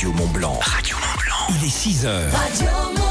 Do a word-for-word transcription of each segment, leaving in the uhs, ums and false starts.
Radio Mont-Blanc. Radio Mont-Blanc. Il est six heures. Radio Mont-Blanc.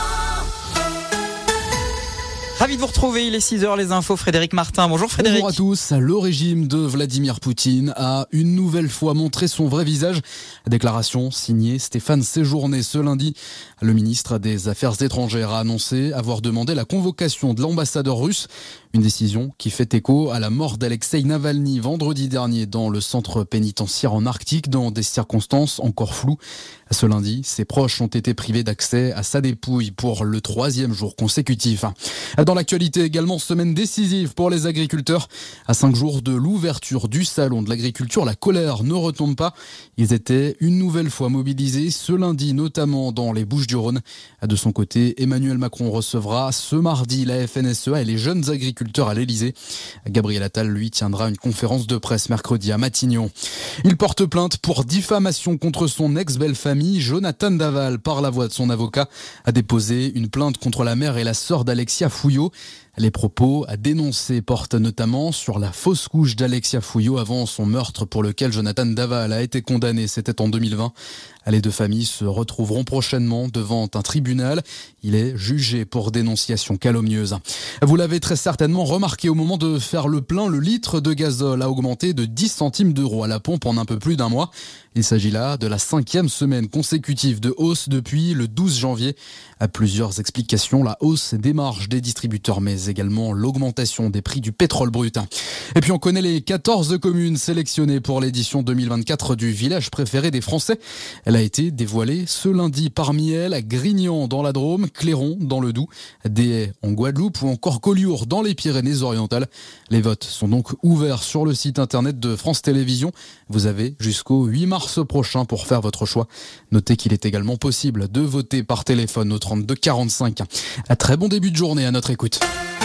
Ravi de vous retrouver, il est six heures, les infos, Frédéric Martin. Bonjour Frédéric. Bonjour à tous. Le régime de Vladimir Poutine a une nouvelle fois montré son vrai visage. Déclaration signée Stéphane Séjourné ce lundi. Le ministre des Affaires étrangères a annoncé avoir demandé la convocation de l'ambassadeur russe. Une décision qui fait écho à la mort d'Alexeï Navalny vendredi dernier dans le centre pénitentiaire en Arctique dans des circonstances encore floues. Ce lundi, ses proches ont été privés d'accès à sa dépouille pour le troisième jour consécutif. Dans l'actualité également, semaine décisive pour les agriculteurs. À cinq jours de l'ouverture du salon de l'agriculture, la colère ne retombe pas. Ils étaient une nouvelle fois mobilisés ce lundi, notamment dans les Bouches-du-Rhône. De son côté, Emmanuel Macron recevra ce mardi la F N S E A et les jeunes agriculteurs à l'Elysée. Gabriel Attal, lui, tiendra une conférence de presse mercredi à Matignon. Il porte plainte pour diffamation contre son ex-belle-famille. Jonathan Daval, par la voix de son avocat, a déposé une plainte contre la mère et la sœur d'Alexia Fouillot. Les propos à dénoncer portent notamment sur la fausse couche d'Alexia Fouillot avant son meurtre pour lequel Jonathan Daval a été condamné. C'était en deux mille vingt. Les deux familles se retrouveront prochainement devant un tribunal. Il est jugé pour dénonciation calomnieuse. Vous l'avez très certainement remarqué, au moment de faire le plein, le litre de gazole a augmenté de dix centimes d'euros à la pompe en un peu plus d'un mois. Il s'agit là de la cinquième semaine consécutive de hausse depuis le douze janvier. À plusieurs explications, la hausse des marges des distributeurs, mais également l'augmentation des prix du pétrole brut. Et puis on connaît les quatorze communes sélectionnées pour l'édition deux mille vingt-quatre du village préféré des Français. Elle a été dévoilée ce lundi. Parmi elles, Grignan dans la Drôme, Clairon dans le Doubs, Déhay en Guadeloupe ou encore Collioure dans les Pyrénées-Orientales. Les votes sont donc ouverts sur le site internet de France Télévisions. Vous avez jusqu'au huit mars prochain pour faire votre choix. Notez qu'il est également possible de voter par téléphone au trente-deux quarante-cinq. Un très bon début de journée à notre écoute.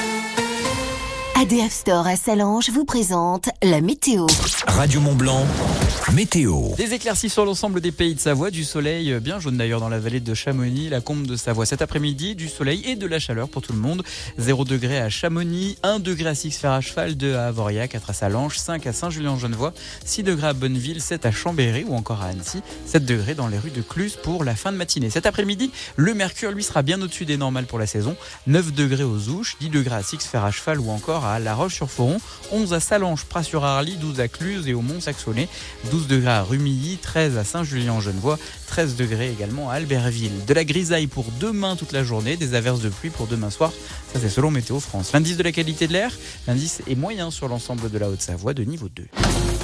A D F Store à Sallanches vous présente la météo. Radio Mont-Blanc, météo. Des éclaircies sur l'ensemble des pays de Savoie, du soleil bien jaune d'ailleurs dans la vallée de Chamonix, la combe de Savoie. Cet après-midi, du soleil et de la chaleur pour tout le monde. zéro degré à Chamonix, un degré à Six-Fers à Cheval, deux à Avoriaz, quatre à Sallanches, cinq à Saint-Julien-en-Genevois, six degrés à Bonneville, sept à Chambéry ou encore à Annecy, sept degrés dans les rues de Cluse pour la fin de matinée. Cet après-midi, le mercure lui sera bien au-dessus des normales pour la saison, neuf degrés aux Ouches, dix degrés à Six-Fers à Cheval ou encore à La Roche-sur-Foron, onze à Sallanches, Pras-sur-Arly, douze à Cluse et au Mont-Saxonnet, douze degrés à Rumilly, treize à Saint-Julien-en-Genevois, treize degrés également à Albertville. De la grisaille pour demain toute la journée, des averses de pluie pour demain soir, ça c'est selon Météo France. L'indice de la qualité de l'air, l'indice est moyen sur l'ensemble de la Haute-Savoie de niveau deux.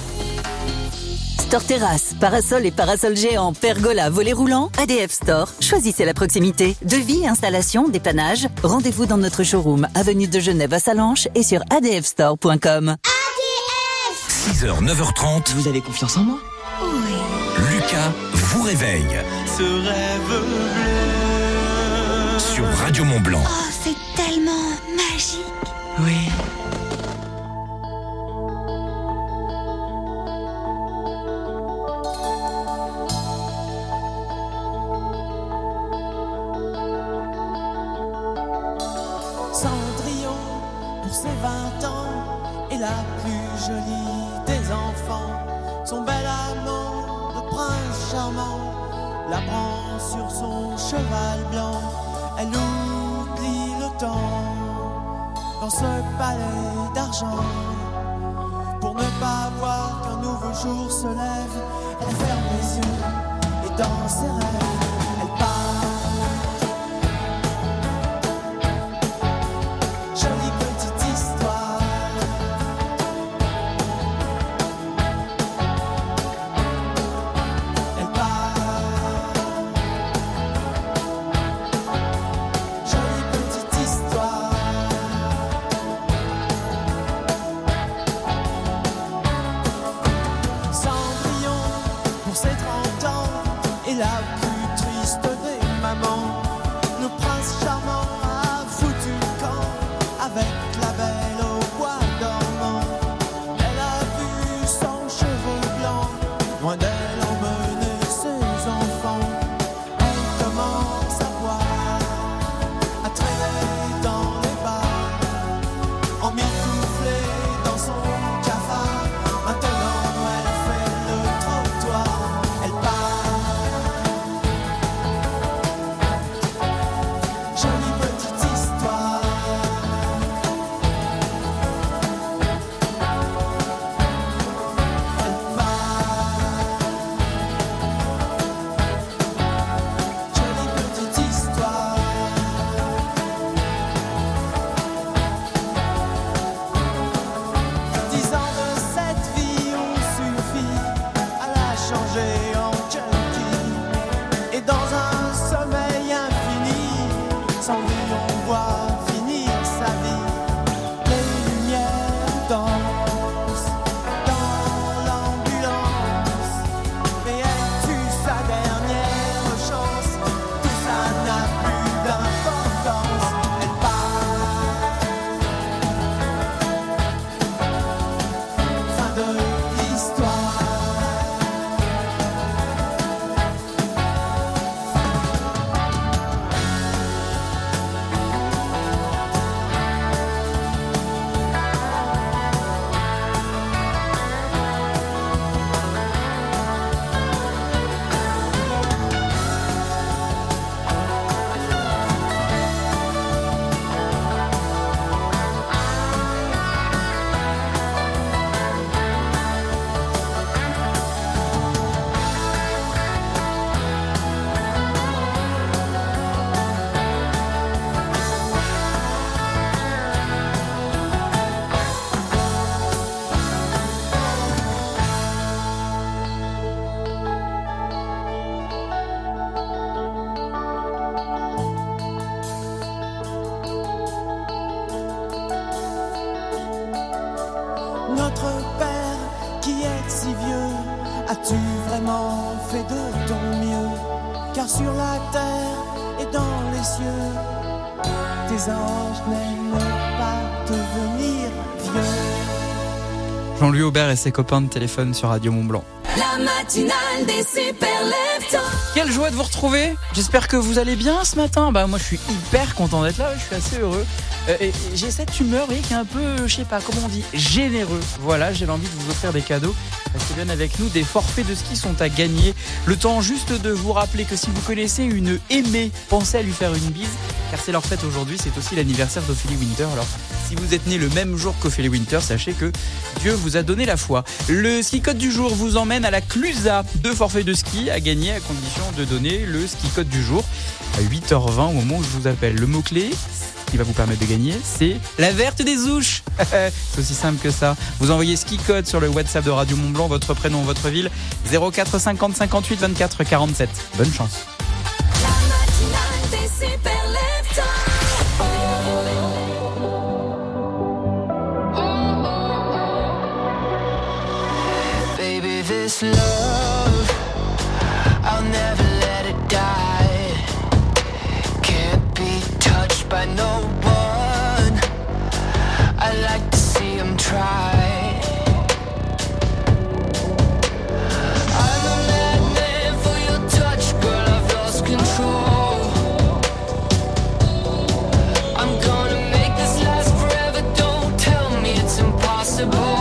Store terrasse, parasol et parasol géant, pergola, volet roulant, A D F Store. Choisissez la proximité. Devis, installation, dépannage. Rendez-vous dans notre showroom, avenue de Genève à Sallanches et sur a d f store point com. six heures, neuf heures trente. Vous avez confiance en moi? Oui. Lucas vous réveille. Ce rêve bleu. Sur Radio Mont-Blanc. Oh, c'est tellement magique. Oui. Cendrillon, pour ses vingt ans, est la plus jolie des enfants. Son bel amant, le prince charmant, la prend sur son cheval blanc. Elle oublie le temps dans ce palais d'argent. Pour ne pas voir qu'un nouveau jour se lève, elle ferme les yeux et dans ses rêves, elle part. être si vieux, as-tu vraiment fait de ton mieux? Car sur la terre et dans les cieux, tes anges n'aiment pas devenir vieux. Jean-Louis Aubert et ses copains de téléphone sur Radio Mont-Blanc. La matinale des super leftos. Quelle joie de vous retrouver. J'espère que vous allez bien ce matin. Bah moi je suis hyper content d'être là, je suis assez heureux. Euh, et j'ai cette humeur oui, qui est un peu, je sais pas, comment on dit, généreux. Voilà, j'ai envie de vous offrir des cadeaux. Restez bien avec nous, des forfaits de ski sont à gagner. Le temps juste de vous rappeler que si vous connaissez une aimée, pensez à lui faire une bise, car c'est leur fête aujourd'hui, c'est aussi l'anniversaire d'Ophélie Winter. Alors si vous êtes né le même jour qu'Ophélie Winter, sachez que Dieu vous a donné la foi. Le ski code du jour vous emmène à la Clusa. Deux forfaits de ski à gagner à condition de donner le ski code du jour à huit heures vingt au moment où je vous appelle. Le mot-clé qui va vous permettre de gagner, c'est la verte des ouches. C'est aussi simple que ça. Vous envoyez ski code sur le WhatsApp de Radio Mont-Blanc, votre prénom, votre ville, zéro quatre cinquante cinquante-huit vingt-quatre quarante-sept. Bonne chance. La matinale des super leftos. Baby, this love, I'll never let it die. Can't be touched by no one. I like to see him try. I'm a madman for your touch, girl, I've lost control. I'm gonna make this last forever, don't tell me it's impossible.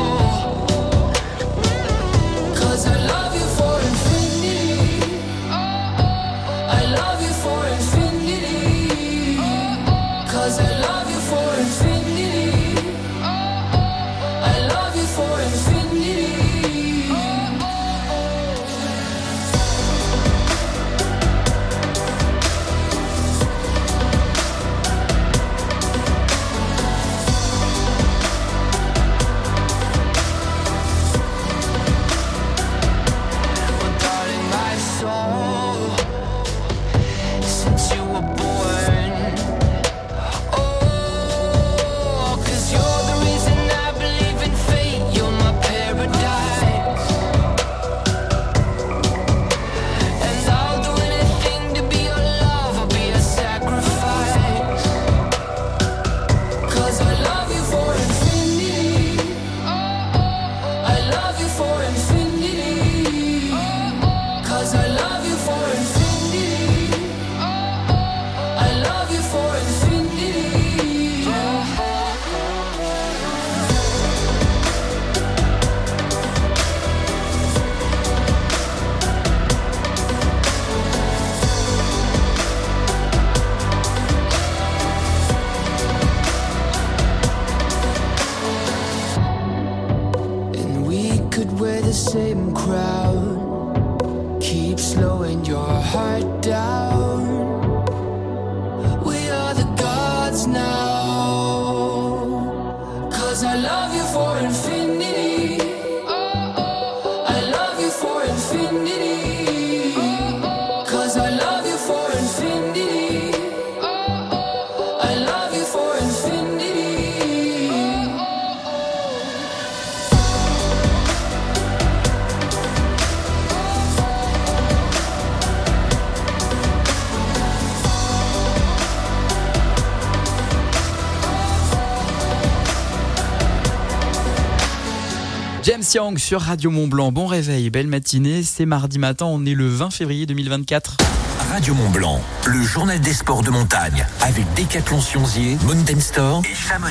James Young sur Radio Mont-Blanc. Bon réveil, belle matinée. C'est mardi matin, on est le vingt février deux mille vingt-quatre. Radio Mont-Blanc, le journal des sports de montagne avec Décathlon Sionzier, Mountain Store et Chamonix.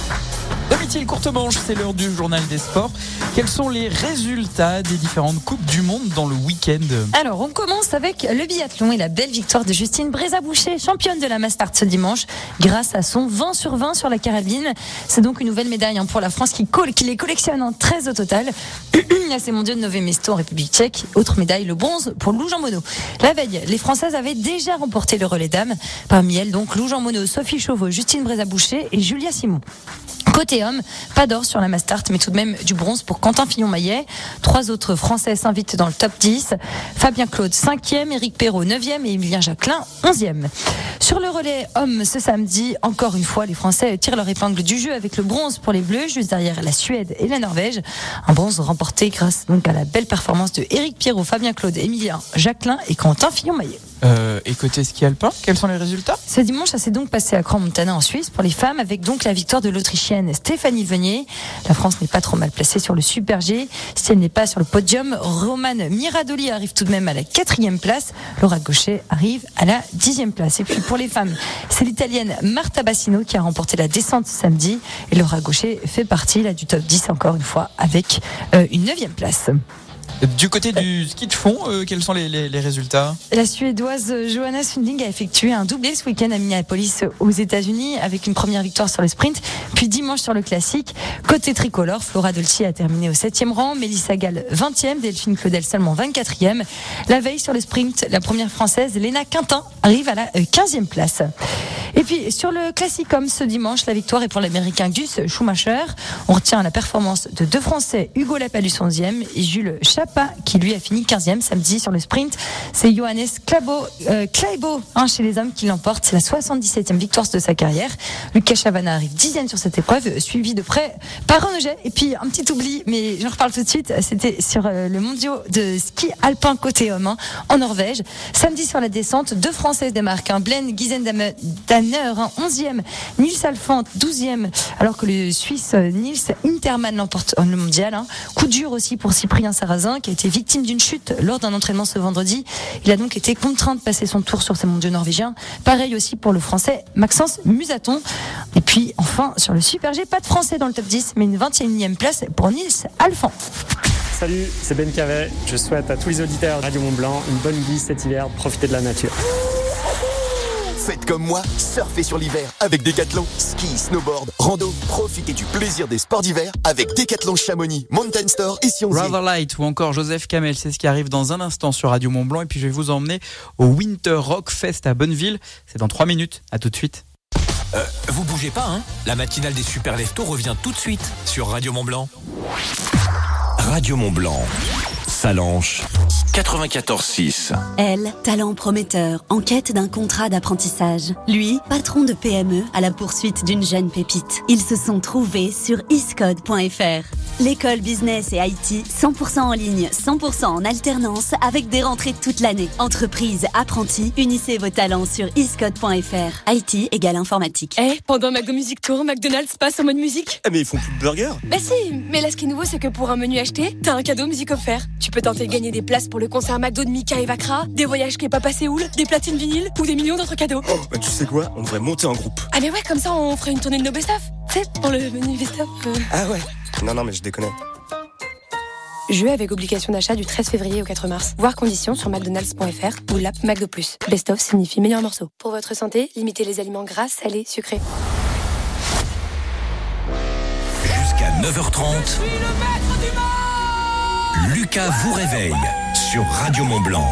Domitil Courtemanche, c'est l'heure du journal des sports. Quels sont les résultats des différentes Coupes du Monde dans le week-end? Alors, on commence avec le biathlon et la belle victoire de Justine Brézaboucher, championne de la Mastart ce dimanche, grâce à son vingt sur vingt sur la carabine. C'est donc une nouvelle médaille pour la France qui, colle, qui les collectionne en treize au total. Là, c'est mondiaux de Nové Mesto en République tchèque. Autre médaille, le bronze pour Lou Jean Monod. La veille, les Françaises avaient déjà remporté le relais dames. Parmi elles, donc, Lou Jean Monod, Sophie Chauveau, Justine Brézaboucher et Julia Simon. Côté homme, pas d'or sur la Mastart, mais tout de même du bronze pour Quentin Fillon-Maillet. Trois autres Français s'invitent dans le top dix. Fabien Claude, cinquième, Éric Perrault, neuvième et Emilien Jacquelin, onzième. Sur le relais homme, ce samedi, encore une fois, les Français tirent leur épingle du jeu avec le bronze pour les Bleus, juste derrière la Suède et la Norvège. Un bronze remporté grâce donc à la belle performance de Éric Perrault, Fabien Claude, Emilien Jacquelin et Quentin Fillon-Maillet. Euh, et côté ski alpin, quels sont les résultats ? Ce dimanche, ça s'est donc passé à Crans-Montana en Suisse pour les femmes, avec donc la victoire de l'Autrichienne Stéphanie Venier. La France n'est pas trop mal placée sur le Super G. Si elle n'est pas sur le podium, Romane Miradoli arrive tout de même à la quatrième place. Laura Gaucher arrive à la dixième place. Et puis pour les femmes, c'est l'Italienne Marta Bassino qui a remporté la descente samedi. Et Laura Gaucher fait partie là du top dix encore une fois avec euh, une neuvième place. Du côté du ski de fond, euh, quels sont les, les, les résultats ? La Suédoise Johanna Sunding a effectué un doublé ce week-end à Minneapolis aux États-Unis avec une première victoire sur le sprint, puis dimanche sur le classique. Côté tricolore, Flora Dolci a terminé au septième rang, Mélissa Gall vingtième, Delphine Claudel seulement vingt-quatrième. La veille sur le sprint, la première française, Léna Quintin, arrive à la quinzième place. Et puis sur le classique homme ce dimanche, la victoire est pour l'Américain Gus Schumacher. On retient la performance de deux Français, Hugo Lapalus onzième et Jules Chapa qui lui a fini quinzième samedi sur le sprint. C'est Johannes Clabo, euh, Kleibo hein, chez les hommes qui l'emporte. C'est la soixante-dix-septième victoire de sa carrière. Lucas Chavana arrive dixième sur cette épreuve, suivi de près par Renaud Jet. Et puis un petit oubli, mais j'en reparle tout de suite, c'était sur euh, le mondial de ski alpin côté homme hein, en Norvège. Samedi sur la descente, deux Françaises démarquent. Hein, Blaine Gizendamer Hein, onzième, Nils Alphand douzième, alors que le Suisse Nils Interman l'emporte le mondial. Hein. Coup dur aussi pour Cyprien Sarrazin qui a été victime d'une chute lors d'un entraînement ce vendredi. Il a donc été contraint de passer son tour sur ces mondiaux norvégiens. Pareil aussi pour le Français Maxence Musaton. Et puis enfin sur le Super G, pas de Français dans le top dix, mais une vingt et unième place pour Nils Alphand. Salut, c'est Ben Cavet. Je souhaite à tous les auditeurs de Radio Mont-Blanc une bonne vie cet hiver, profitez de la nature. Faites comme moi, surfez sur l'hiver avec Decathlon. Ski, snowboard, rando, profitez du plaisir des sports d'hiver avec Decathlon Chamonix, Mountain Store et Sionzier. Rather Light ou encore Joseph Kamel, c'est ce qui arrive dans un instant sur Radio Mont-Blanc. Et puis je vais vous emmener au Winter Rock Fest à Bonneville. C'est dans trois minutes. À tout de suite. Euh, vous bougez pas, hein ? La matinale des Super Leftos revient tout de suite sur Radio Mont-Blanc. Radio Mont-Blanc. Salanches quatre-vingt-quatorze six. Elle, talent prometteur, en quête d'un contrat d'apprentissage. Lui, patron de P M E à la poursuite d'une jeune pépite. Ils se sont trouvés sur iscode point f r. L'école business et I T, cent pour cent en ligne, cent pour cent en alternance, avec des rentrées toute l'année. Entreprise, apprentis, unissez vos talents sur iscode point f r. I T égale informatique. Eh, hey, pendant McDo Music Tour, McDonald's passe en mode musique. Eh mais ils font plus de burgers. Bah si, mais là ce qui est nouveau c'est que pour un menu acheté, t'as un cadeau musique offert. Tu peux tenter de gagner des places pour le concert McDo de Mika et Vakra, des voyages qui est pas passé Séoul, des platines vinyles ou des millions d'autres cadeaux. Oh, bah tu sais quoi, on devrait monter en groupe. Ah mais ouais, comme ça on ferait une tournée de nos best-of. Tu sais, pour le menu best-of. Euh... Ah ouais. Non non mais je déconne. Jeu avec obligation d'achat du treize février au quatre mars. Voir conditions sur mcdonalds point f r ou l'app McDo plus. Best-of signifie meilleur morceau. Pour votre santé, limitez les aliments gras, salés, sucrés. Jusqu'à neuf heures trente. Lucas vous réveille sur Radio Mont-Blanc.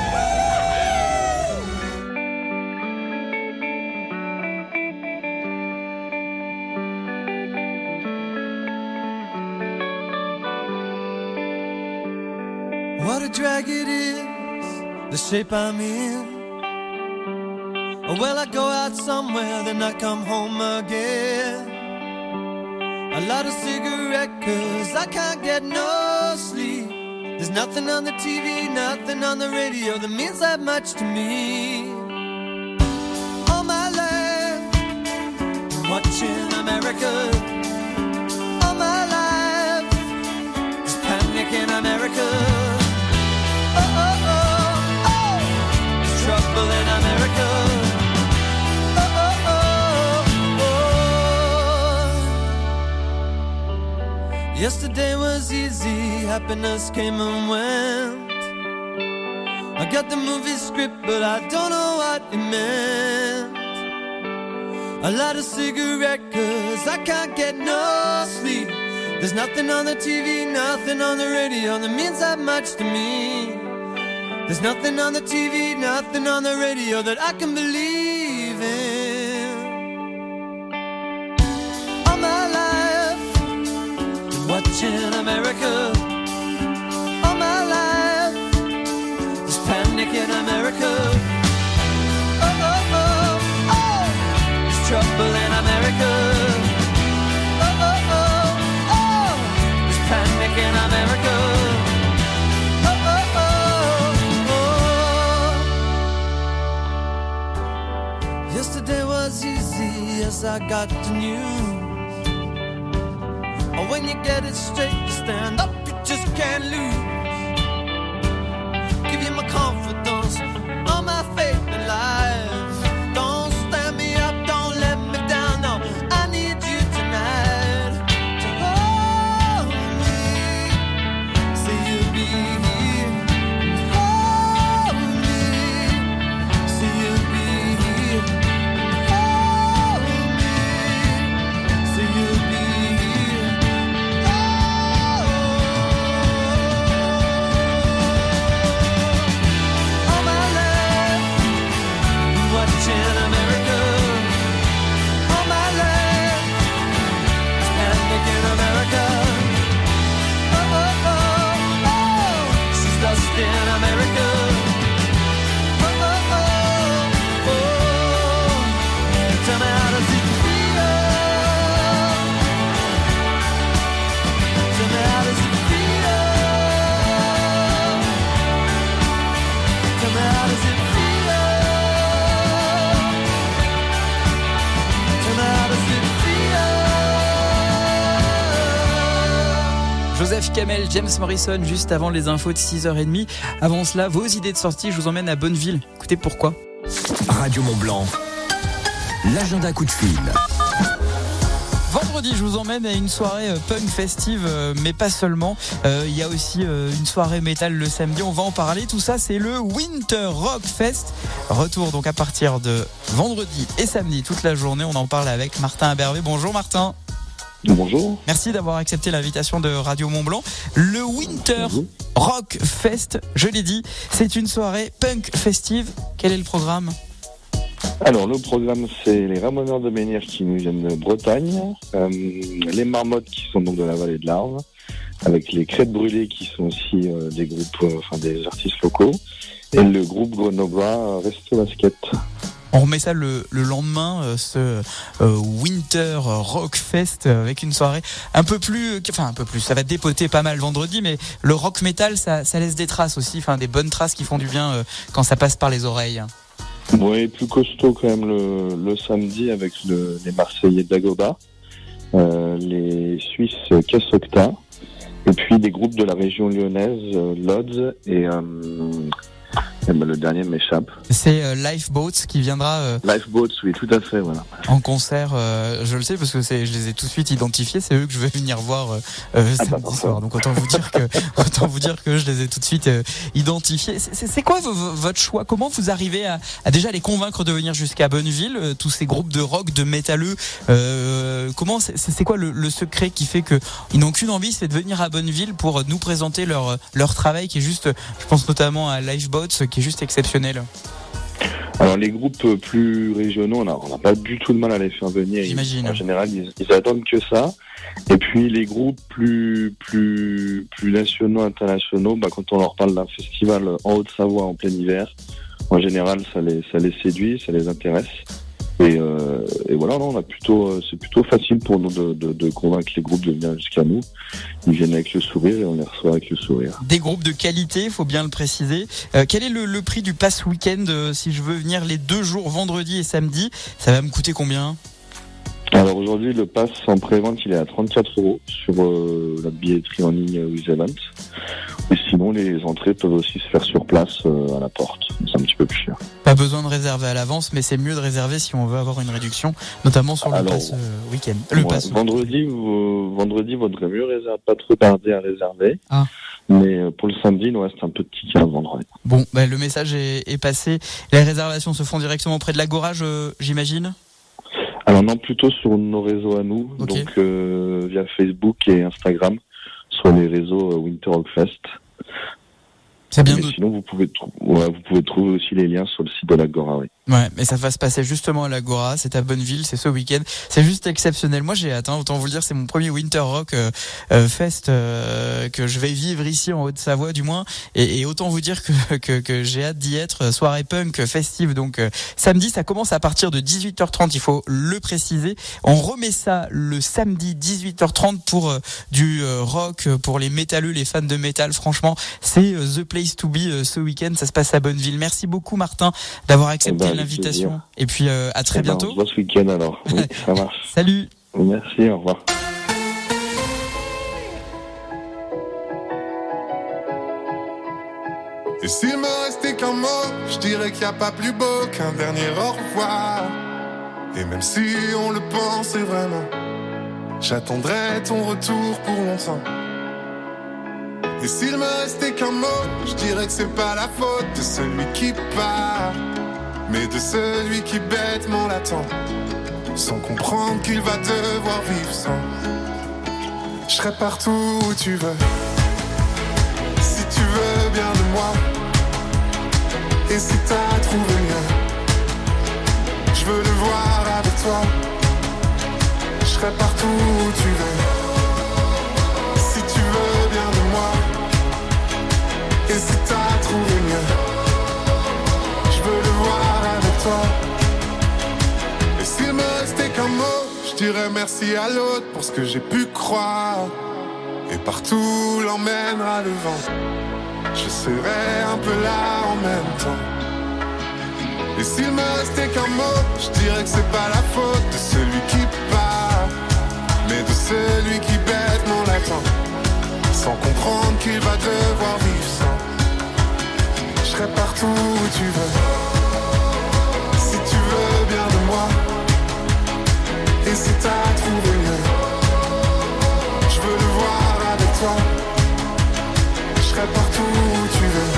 What a drag it is, the shape I'm in. Oh, well, I go out somewhere, then I come home again. I light a cigarette cause I can't get no sleep. There's nothing on the T V, nothing on the radio that means that much to me. All my life, I'm watching America. All my life, there's panic in America. Oh, oh, oh, oh, there's trouble in America. Yesterday was easy, happiness came and went. I got the movie script, but I don't know what it meant. I light a cigarette cause I can't get no sleep. There's nothing on the T V, nothing on the radio that means that much to me. There's nothing on the T V, nothing on the radio that I can believe in. All my life watching America all my life. There's panic in America. Oh, oh, oh, oh. There's trouble in America. Oh, oh, oh, oh. There's panic in America. Oh, oh, oh, oh. Yesterday was easy as I got the news. Oh, when you get it straight, you stand up, you just can't lose. Give you my confidence, all my faith in life. Don't stand me up, don't let me down, no. I need you tonight to hold me. Say you'll be here and hold me. Say you'll be here and hold me. Say you'll be here. Watching America all my life. It's panic in America. Oh, oh, oh, oh. She's lost in America. Oh, oh, oh, oh. Tell me how does it feel? Tell me how does it feel? Tell me how does it feel? Joseph Kamel, James Morrison, juste avant les infos de six heures trente. Avant cela, vos idées de sortie, je vous emmène à Bonneville. Écoutez pourquoi. Radio Mont-Blanc, l'agenda coup de fil. Vendredi, je vous emmène à une soirée punk festive, mais pas seulement. Euh, il y a aussi une soirée métal le samedi. On va en parler. Tout ça, c'est le Winter Rock Fest. Retour donc à partir de vendredi et samedi toute la journée. On en parle avec Martin Abervé. Bonjour Martin. Bonjour. Merci d'avoir accepté l'invitation de Radio Mont-Blanc. Le Winter Bonjour. Rock Fest, je l'ai dit, c'est une soirée punk festive. Quel est le programme ? Alors le programme, c'est les Ramoneurs de Menhir qui nous viennent de Bretagne, euh, les Marmottes qui sont donc de la vallée de l'Arve, avec les Crêtes Brûlées qui sont aussi euh, des groupes, euh, enfin des artistes locaux, et le groupe grenoblois euh, Resto Basket. On remet ça le, le lendemain, euh, ce euh, Winter Rock Fest euh, avec une soirée un peu plus, enfin un peu plus, ça va dépoter pas mal vendredi, mais le rock metal, ça, ça laisse des traces aussi, enfin des bonnes traces qui font du bien euh, quand ça passe par les oreilles. Oui, plus costaud quand même le, le samedi avec le, les Marseillais d'Agoba, euh, les Suisses Cassocta, et puis des groupes de la région lyonnaise, euh, Lodz et... Euh, Et ben, le dernier m'échappe. C'est euh, Lifeboats qui viendra. Euh, Lifeboats, oui, tout à fait, voilà. En concert, euh, je le sais parce que c'est, je les ai tout de suite identifiés. C'est eux que je vais venir voir euh, euh, ah samedi bah, soir. Donc autant vous dire que, autant vous dire que je les ai tout de suite euh, identifiés. C'est, c'est, c'est quoi v- v- votre choix ? Comment vous arrivez à, à déjà les convaincre de venir jusqu'à Bonneville ? euh, Tous ces groupes de rock, de métalleux. Euh, comment c'est, c'est quoi le, le secret qui fait que ils n'ont qu'une envie, c'est de venir à Bonneville pour nous présenter leur leur travail qui est juste. Je pense notamment à Lifeboats, qui est juste exceptionnel. Alors les groupes plus régionaux, on n'a on a pas du tout de mal à les faire venir. J'imagine. Ils, en général, ils, ils attendent que ça. Et puis les groupes plus plus plus nationaux, internationaux, bah, quand on leur parle d'un festival en Haute-Savoie en plein hiver, en général, ça les ça les séduit, ça les intéresse. Et, euh, et voilà, non, on a plutôt, c'est plutôt facile pour nous de, de, de convaincre les groupes de venir jusqu'à nous. Ils viennent avec le sourire et on les reçoit avec le sourire. Des groupes de qualité, faut bien le préciser. Euh, quel est le, le prix du pass week-end euh, si je veux venir les deux jours, vendredi et samedi ? Ça va me coûter combien ? Alors aujourd'hui, le pass en pré-vente, il est à trente-quatre euros sur euh, la billetterie en ligne With Events. Et sinon, les entrées peuvent aussi se faire sur place euh, à la porte. C'est un petit peu plus cher. Pas besoin de réserver à l'avance, mais c'est mieux de réserver si on veut avoir une réduction, notamment sur le Alors, pass euh, week-end. Le ouais, pass vendredi, vous, vendredi, vaudrait mieux réserver, pas trop tarder à réserver. Ah. Mais euh, pour le samedi, il nous reste un peu de tickets à vendre. Ouais. Bon, bah, le message est, est passé. Les réservations se font directement auprès de l'Agora, je, j'imagine ? Alors non, plutôt sur nos réseaux à nous, okay. donc euh, via Facebook et Instagram, sur les réseaux Winter Rock Fest. C'est bien. Mais sinon, vous pouvez, trou- ouais, vous pouvez trouver aussi les liens sur le site de l'Agora, oui. Ouais, mais ça va se passer justement à l'Agora, c'est à Bonneville, c'est ce week-end. C'est juste exceptionnel. Moi, j'ai hâte, hein, autant vous le dire, c'est mon premier Winter Rock euh, euh, Fest euh, que je vais vivre ici en Haute-Savoie, du moins. Et, et autant vous dire que, que, que j'ai hâte d'y être. Soirée punk festive, donc euh, samedi, ça commence à partir de dix-huit heures trente, il faut le préciser. On remet ça le samedi dix-huit heures trente pour euh, du euh, rock, pour les métalleux, les fans de métal. Franchement, c'est euh, the place to be euh, ce week-end. Ça se passe à Bonneville. Merci beaucoup, Martin, d'avoir accepté Eh ben, l'invitation. plaisir. Et puis euh, à très Eh ben, bientôt. on se voit ce week-end alors. Oui, ça marche. Salut. Merci, au revoir. Et s'il me restait qu'un mot, je dirais qu'il n'y a pas plus beau qu'un dernier au revoir. Et même si on le pensait vraiment, j'attendrai ton retour pour longtemps. Et s'il me restait qu'un mot, je dirais que c'est pas la faute de celui qui part, mais de celui qui bêtement l'attend, sans comprendre qu'il va devoir vivre sans. Je serai partout où tu veux, si tu veux bien de moi. Et si t'as trouvé mieux, je veux le voir avec toi. Je serai partout où tu veux, si tu veux bien de moi. Et si t'as trouvé mieux, je veux le voir avec toi. Et s'il me restait qu'un mot, je dirais merci à l'autre pour ce que j'ai pu croire. Et partout l'emmènera le vent, je serai un peu là en même temps. Et s'il me restait qu'un mot, je dirais que c'est pas la faute de celui qui part, mais de celui qui bêtement l'attend, sans comprendre qu'il va devoir vivre sans. Je serai partout où tu veux, si tu veux bien de moi. Et si t'as trouvé mieux, je veux le voir avec toi. Je serai partout où tu veux,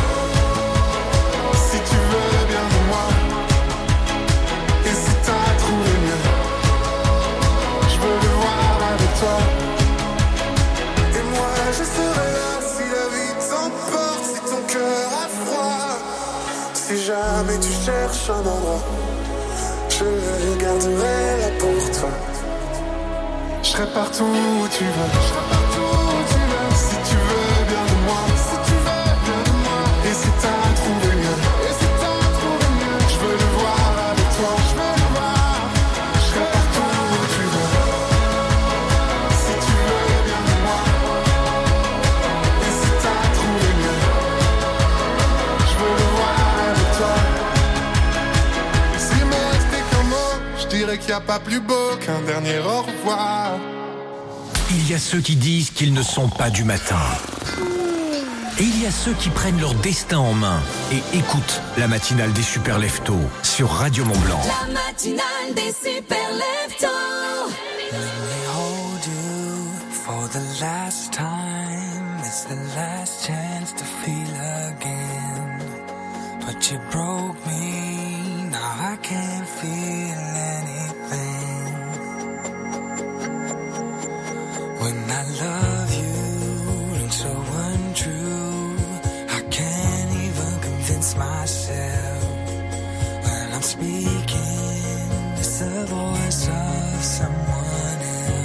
si tu veux bien de moi. Et si t'as trouvé mieux, je veux le voir avec toi. Et moi je serai là si la vie t'emporte, si ton cœur a froid. Si jamais tu cherches un endroit, je le garderai là pour toi. Je serai partout où tu veux, je serai partout où tu veux. Si tu veux bien de moi, si tu veux bien de moi. Et si t'as trouvé mieux, et si t'as trouvé mieux, je veux le voir avec toi, je veux le voir. Je serai partout où tu veux, si tu veux bien de moi. Et si t'as trouvé mieux, je veux le voir avec toi. Et s'il me restait qu'un mot, je dirais qu'il n'y a pas plus beau qu'un dernier au revoir. Il y a ceux qui disent qu'ils ne sont pas du matin. Et il y a ceux qui prennent leur destin en main et écoutent la matinale des Super Leftos sur Radio Mont-Blanc. La matinale des Super Leftos. Let me hold you for the last time. It's the last chance to feel again. But you broke me, now I can't feel anything. When I love you, looks so untrue. I can't even convince myself. When I'm speaking, it's the voice of someone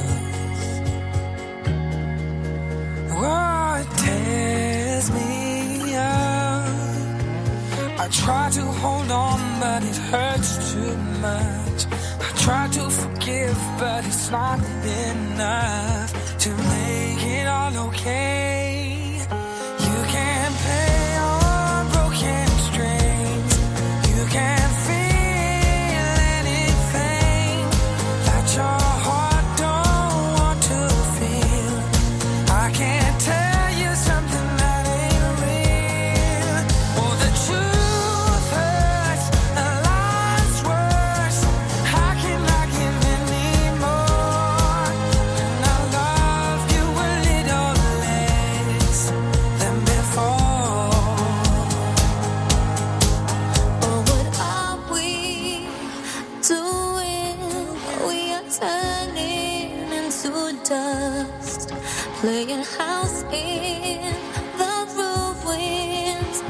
else. Oh, it tears me up. I try to hold on, but it hurts too much. I try to forgive, but it's not enough to make it all okay. You can't play on broken strings. You can't feel anything that your heart don't want to feel. I can't tell you something that ain't real. Oh, the truth hurts, the lies worse. How can I give anymore when I love you a little less than before? Oh, what are we doing? We are turning into dust, playing house in the ruins.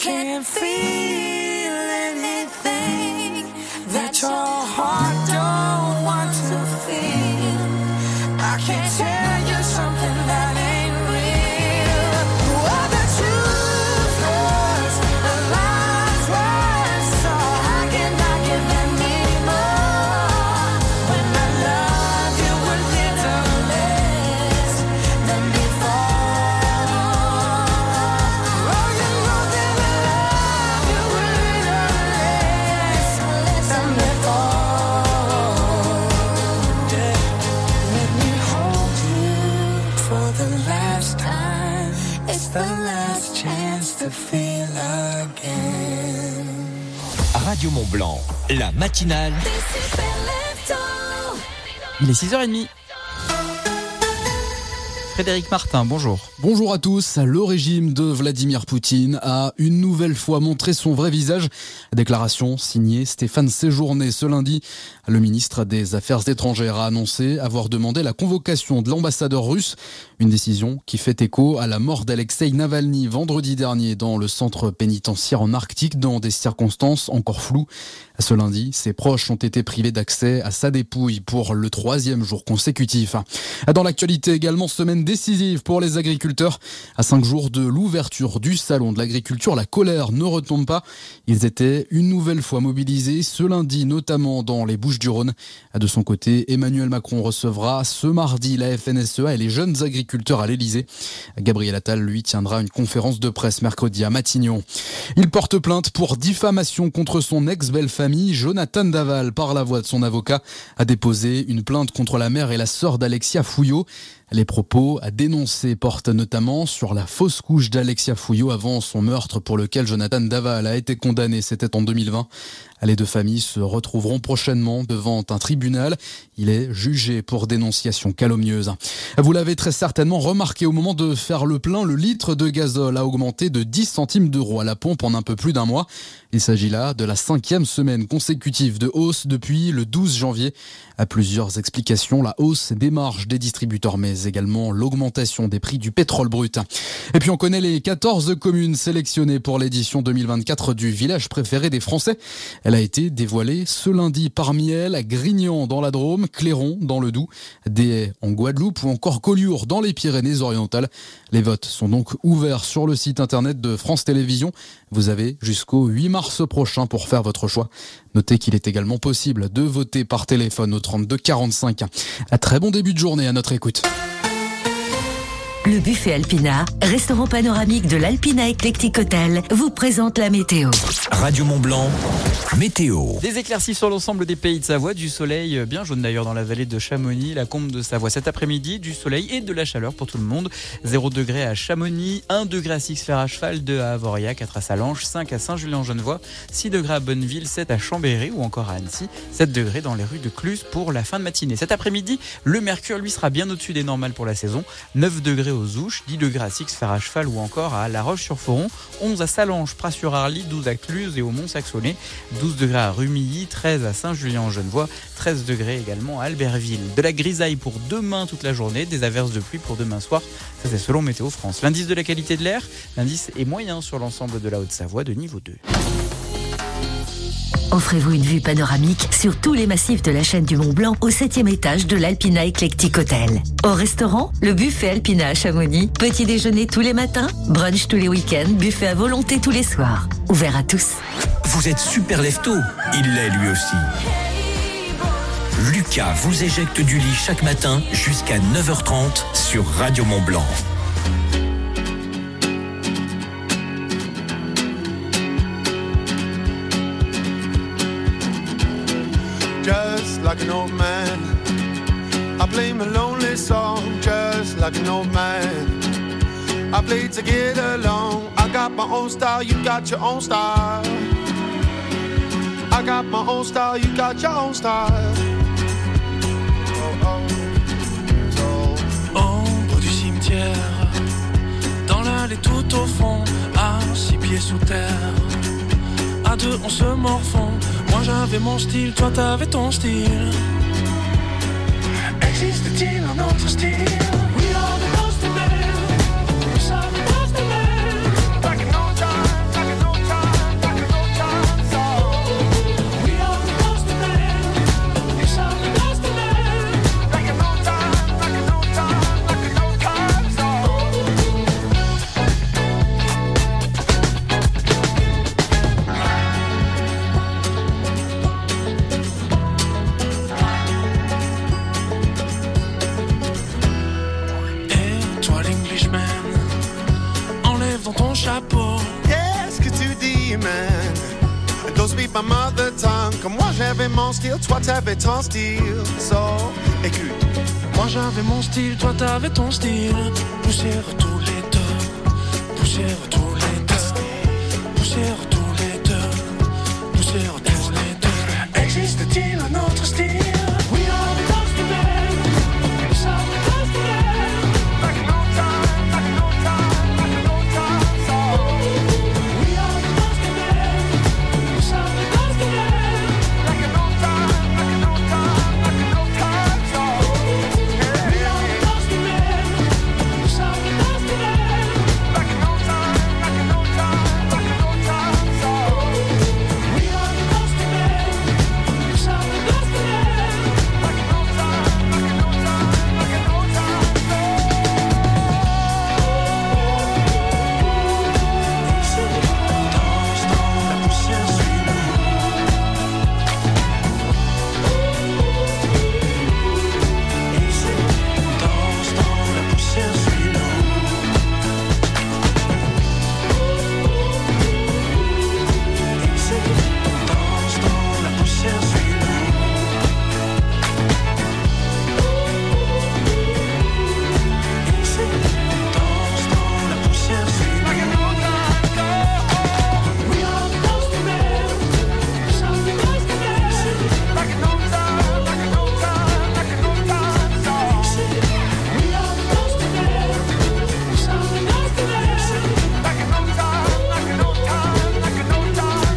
can't feel anything that your heart don't want to feel. I can't tell you something that ain't real. Oh, the truth hurts, the lies worse, so how can I give them anymore? When I love you a little less than before. Oh, you know that I love you a little less than before. Yeah. Let me hold you for the last time. It's the last chance to feel again. Radio Mont-Blanc, la matinale. Il est six heures trente. Frédéric Martin, bonjour. Bonjour à tous. Le régime de Vladimir Poutine a une nouvelle fois montré son vrai visage. Déclaration signée Stéphane Séjourné ce lundi. Le ministre des Affaires étrangères a annoncé avoir demandé la convocation de l'ambassadeur russe. Une décision qui fait écho à la mort d'Alexei Navalny vendredi dernier dans le centre pénitentiaire en Arctique dans des circonstances encore floues. Ce lundi, ses proches ont été privés d'accès à sa dépouille pour le troisième jour consécutif. Dans l'actualité également, semaine décisive pour les agriculteurs. À cinq jours de l'ouverture du salon de l'agriculture, la colère ne retombe pas. Ils étaient une nouvelle fois mobilisés ce lundi, notamment dans les Bouches-du-Rhône. De son côté, Emmanuel Macron recevra ce mardi la F N S E A et les jeunes agriculteurs à l'Elysée. Gabriel Attal, lui, tiendra une conférence de presse mercredi à Matignon. Il porte plainte pour diffamation contre son ex-belle-famille. Jonathan Daval, par la voix de son avocat, a déposé une plainte contre la mère et la sœur d'Alexia Fouillot. Les propos à dénoncer portent notamment sur la fausse couche d'Alexia Fouillot avant son meurtre pour lequel Jonathan Daval a été condamné, c'était en deux mille vingt. Les deux familles se retrouveront prochainement devant un tribunal. Il est jugé pour dénonciation calomnieuse. Vous l'avez très certainement remarqué, au moment de faire le plein, le litre de gazole a augmenté de dix centimes d'euros à la pompe en un peu plus d'un mois. Il s'agit là de la cinquième semaine consécutive de hausse depuis le douze janvier. À plusieurs explications, la hausse des marges des distributeurs, mais également l'augmentation des prix du pétrole brut. Et puis on connaît les quatorze communes sélectionnées pour l'édition deux mille vingt-quatre du village préféré des Français. Elle a été dévoilée ce lundi. Parmi elles, Grignan dans la Drôme, Clairon dans le Doubs, Des en Guadeloupe ou encore Collioure dans les Pyrénées-Orientales. Les votes sont donc ouverts sur le site internet de France Télévisions. Vous avez jusqu'au huit mars prochain pour faire votre choix. Notez qu'il est également possible de voter par téléphone au trente-deux quarante-cinq. Un très bon début de journée à notre écoute. Le buffet Alpina, restaurant panoramique de l'Alpina Eclectic Hotel, vous présente la météo. Radio Mont-Blanc, météo. Des éclaircies sur l'ensemble des pays de Savoie, du soleil bien jaune d'ailleurs dans la vallée de Chamonix, la combe de Savoie cet après-midi, du soleil et de la chaleur pour tout le monde. zéro degré à Chamonix, un degré à Six-Fer-à-Cheval, deux à Avoria, quatre à Salanches, cinq à Saint-Julien-en-Genevois, six degrés à Bonneville, sept à Chambéry ou encore à Annecy, sept degrés dans les rues de Cluse pour la fin de matinée. Cet après-midi, le mercure lui sera bien au-dessus des normales pour la saison, neuf degrés aux Ouches, dix degrés à Six-Fer-à-Cheval ou encore à La Roche-sur-Foron, onze à Salanches, Pras-sur-Arly, douze à Cluse et au Mont-Saxonais, douze degrés à Rumilly, treize à Saint-Julien-en-Genevois, treize degrés également à Albertville. De la grisaille pour demain toute la journée, des averses de pluie pour demain soir, ça c'est selon Météo France. L'indice de la qualité de l'air, l'indice est moyen sur l'ensemble de la Haute-Savoie de niveau deux. Offrez-vous une vue panoramique sur tous les massifs de la chaîne du Mont-Blanc au septième étage de l'Alpina Eclectic Hotel. Au restaurant, le buffet Alpina à Chamonix, petit déjeuner tous les matins, brunch tous les week-ends, buffet à volonté tous les soirs. Ouvert à tous. Vous êtes super lefto, il l'est lui aussi. Lucas vous éjecte du lit chaque matin jusqu'à neuf heures trente sur Radio Mont-Blanc. Just like an old man, I play my lonely song. Just like an old man, I play to get along. I got my own style, you got your own style. I got my own style, you got your own style. Oh, oh. Ombre du cimetière, dans l'allée tout au fond, à six pieds sous terre. À deux on se morfond. Moi j'avais mon style, toi t'avais ton style. Existe-t-il un autre style? We are the lost men. We are the lost men. Back in no time, back in no speak my mother tongue. Comme moi j'avais mon style, toi t'avais ton style. So, écoute. Moi j'avais mon style, toi t'avais ton style. Poussière tous les deux, poussière tous les deux, poussière tous les deux, poussière tous les deux. Existe-t-il un autre style? We are the Dusty Men, we are the Dusty Men. Back in old time, back in old time, back in old time. So we are the Dusty Men, we are the Dusty Men. Back in old time, back in old time, back in old time. So we are the Dusty Men, we are the Dusty Men. Back in old time, back in old time, back in old time. So we are the Dusty Men, we are the Dusty Men. Back in old time, back in old time, back in old time. Danse dans la poussière, suis-nous. Danse dans la poussière, suis-nous. Danse dans la poussière, suis-nous. Danse dans la poussière, suis-nous. We are the Dusty Men, we are the Dusty Men. Back in old time, back in old time, back in old time. So we are the Dusty Men, we are the Dusty Men. Back in old time, back in old time, back in old time.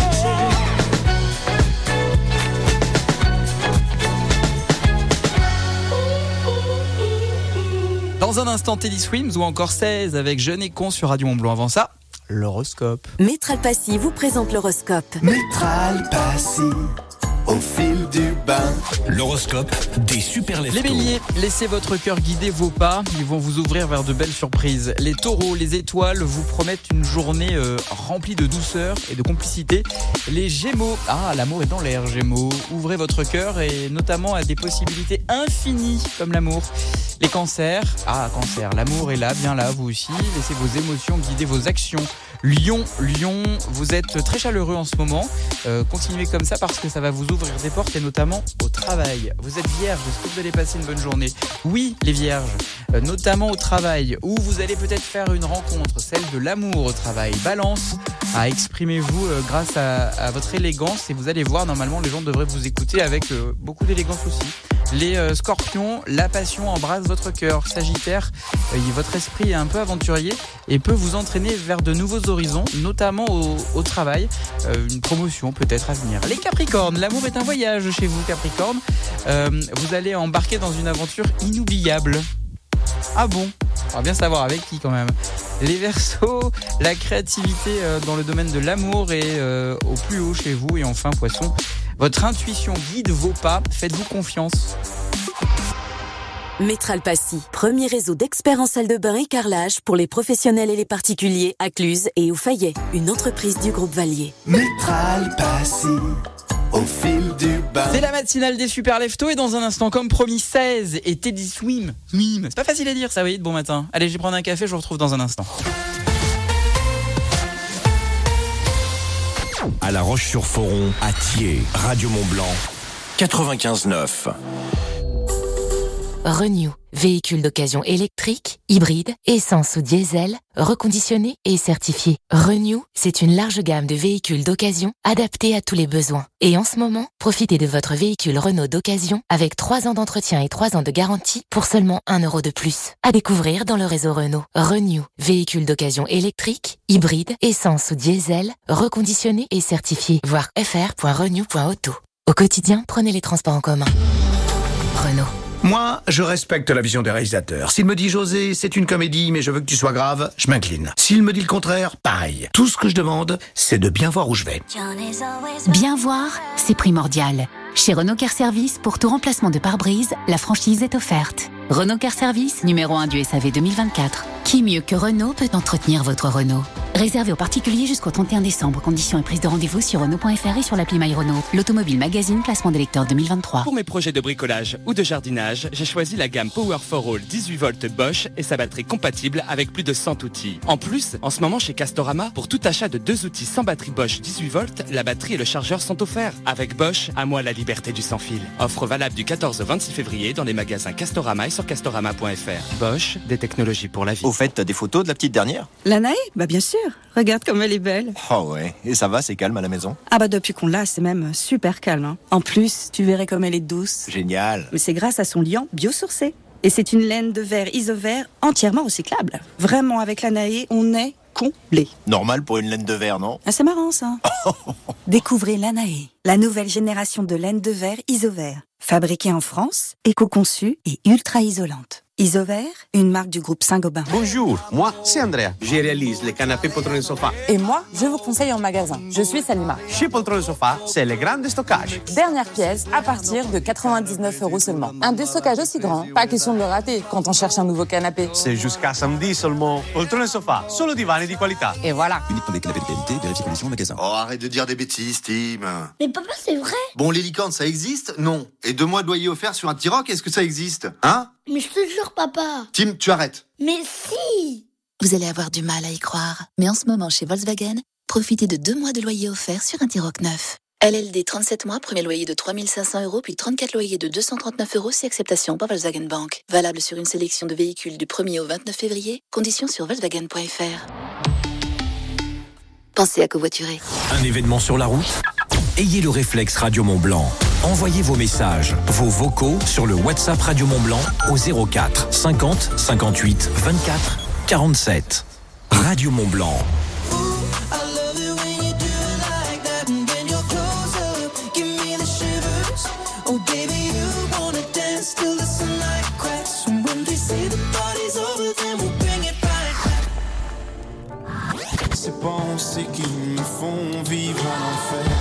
Dans un instant, Teddy Swims ou encore seize avec Jeune et Con sur Radio Mont-Blanc. Avant ça, l'horoscope. Métral Passy vous présente l'horoscope. Métral Passy, au fil du bain. L'horoscope des super leftos. Les béliers, laissez votre cœur guider vos pas, ils vont vous ouvrir vers de belles surprises. Les taureaux, les étoiles vous promettent une journée euh, remplie de douceur et de complicité. Les gémeaux, ah l'amour est dans l'air gémeaux, ouvrez votre cœur et notamment à des possibilités infinies comme l'amour. Les cancers, ah cancer, l'amour est là, bien là, vous aussi, laissez vos émotions guider vos actions. Lion, Lion, vous êtes très chaleureux en ce moment, euh, continuez comme ça parce que ça va vous ouvrir des portes et notamment au travail. Vous êtes vierge, est-ce que vous allez passer une bonne journée? Oui, les vierges, euh, notamment au travail, où vous allez peut-être faire une rencontre, celle de l'amour au travail. Balance, ah, exprimez-vous euh, grâce à, à votre élégance et vous allez voir, normalement les gens devraient vous écouter avec euh, beaucoup d'élégance aussi. Les euh, scorpions, la passion embrasse votre cœur. Sagittaire, euh, votre esprit est un peu aventurier et peut vous entraîner vers de nouveaux horizons, notamment au, au travail, euh, une promotion peut-être à venir. Les capricornes, l'amour est un voyage chez vous Capricorne, euh, vous allez embarquer dans une aventure inoubliable. Ah bon? On va bien savoir avec qui quand même. Les Verseaux, la créativité euh, dans le domaine de l'amour est euh, au plus haut chez vous. Et enfin Poissons, votre intuition guide vos pas, faites-vous confiance. Métral Passy, premier réseau d'experts en salle de bain et carrelage pour les professionnels et les particuliers à Cluse et au Fayet, une entreprise du groupe Valier. Métral Passy, au fil du bain. C'est la matinale des super leftos et dans un instant, comme promis, seize et Teddy Swim. Swim. C'est pas facile à dire ça, oui, de bon matin. Allez, je vais prendre un café, je vous retrouve dans un instant. À La Roche-sur-Foron, à Thiers, Radio Mont-Blanc, quatre-vingt-quinze neuf. Renew, véhicule d'occasion électrique, hybride, essence ou diesel, reconditionné et certifié. Renew, c'est une large gamme de véhicules d'occasion adaptés à tous les besoins. Et en ce moment, profitez de votre véhicule Renault d'occasion avec trois ans d'entretien et trois ans de garantie pour seulement un euro de plus. À découvrir dans le réseau Renault. Renew, véhicule d'occasion électrique, hybride, essence ou diesel, reconditionné et certifié. Voir f r point renew point auto. Au quotidien, prenez les transports en commun. Renault. Moi, je respecte la vision des réalisateurs. S'il me dit José, c'est une comédie, mais je veux que tu sois grave, je m'incline. S'il me dit le contraire, pareil. Tout ce que je demande, c'est de bien voir où je vais. Bien voir, c'est primordial. Chez Renault Car Service, pour tout remplacement de pare-brise, la franchise est offerte. Renault Car Service, numéro un du S A V deux mille vingt-quatre. Qui mieux que Renault peut entretenir votre Renault? Réservé aux particuliers jusqu'au trente et un décembre. Conditions et prise de rendez-vous sur Renault point F R et sur l'appli My Renault. L'Automobile Magazine, classement des lecteurs deux mille vingt-trois. Pour mes projets de bricolage ou de jardinage, j'ai choisi la gamme Power for All dix-huit volts Bosch et sa batterie compatible avec plus de cent outils. En plus, en ce moment chez Castorama, pour tout achat de deux outils sans batterie Bosch dix-huit volts, la batterie et le chargeur sont offerts. Avec Bosch, à moi la liberté du sans-fil. Offre valable du quatorze au vingt-six février dans les magasins Castorama et sur castorama point F R. Bosch, des technologies pour la vie. Au fait, t'as des photos de la petite dernière? La Naë? Bah bien sûr. Regarde comme elle est belle. Oh ouais, et ça va, c'est calme à la maison? Ah bah depuis qu'on l'a, c'est même super calme. Hein. En plus, tu verrais comme elle est douce. Génial. Mais c'est grâce à son liant biosourcé. Et c'est une laine de verre Isover entièrement recyclable. Vraiment, avec la Naë, on est comblé. Normal pour une laine de verre, non? Ah, c'est marrant ça. Découvrez la Naë, la nouvelle génération de laine de verre Isover. Fabriquée en France, éco-conçue et ultra isolante. Isover, une marque du groupe Saint-Gobain. Bonjour, moi c'est Andrea. Je réalise les canapés Poltrone Sofa. Et moi, je vous conseille en magasin. Je suis Salima. Chez Poltrone Sofa, c'est le grand déstockage. Dernière pièce à partir de quatre-vingt-dix-neuf euros seulement. Un déstockage aussi grand, pas question de le rater quand on cherche un nouveau canapé. C'est jusqu'à samedi seulement. Poltrone Sofa, solo divani di qualità. Et voilà. Uniquement des canapés de qualité, vérifiez conditions au magasin. Oh, arrête de dire des bêtises, Tim. Mais papa, c'est vrai. Bon, les licornes, ça existe? Non. Et deux mois de loyer offert sur un T-Roc, est-ce que ça existe? Hein? Mais je te jure, papa. Tim, tu arrêtes. Mais si. Vous allez avoir du mal à y croire. Mais en ce moment, chez Volkswagen, profitez de deux mois de loyer offert sur un T-Roc neuf. L L D trente-sept mois, premier loyer de trois mille cinq cents euros, puis trente-quatre loyers de deux cent trente-neuf euros si acceptation par Volkswagen Bank. Valable sur une sélection de véhicules du premier au vingt-neuf février. Conditions sur volkswagen point F R. Pensez à covoiturer. Un événement sur la route? Ayez le réflexe Radio Mont-Blanc. Envoyez vos messages, vos vocaux sur le WhatsApp Radio Mont-Blanc au zéro quatre cinquante cinquante-huit vingt-quatre quarante-sept. Radio Mont-Blanc. Ces pensées qui me font vivre en enfer.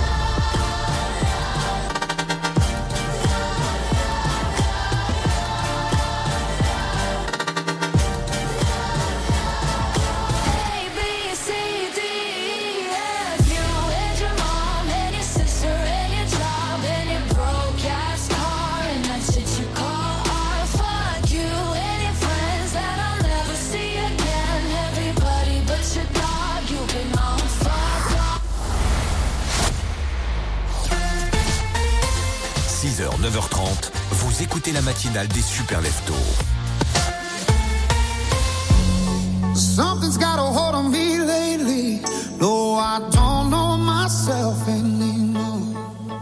six heures, neuf heures trente, vous écoutez la matinale des Super Leftos. Something's got a hold on me lately. No, I don't know myself anymore.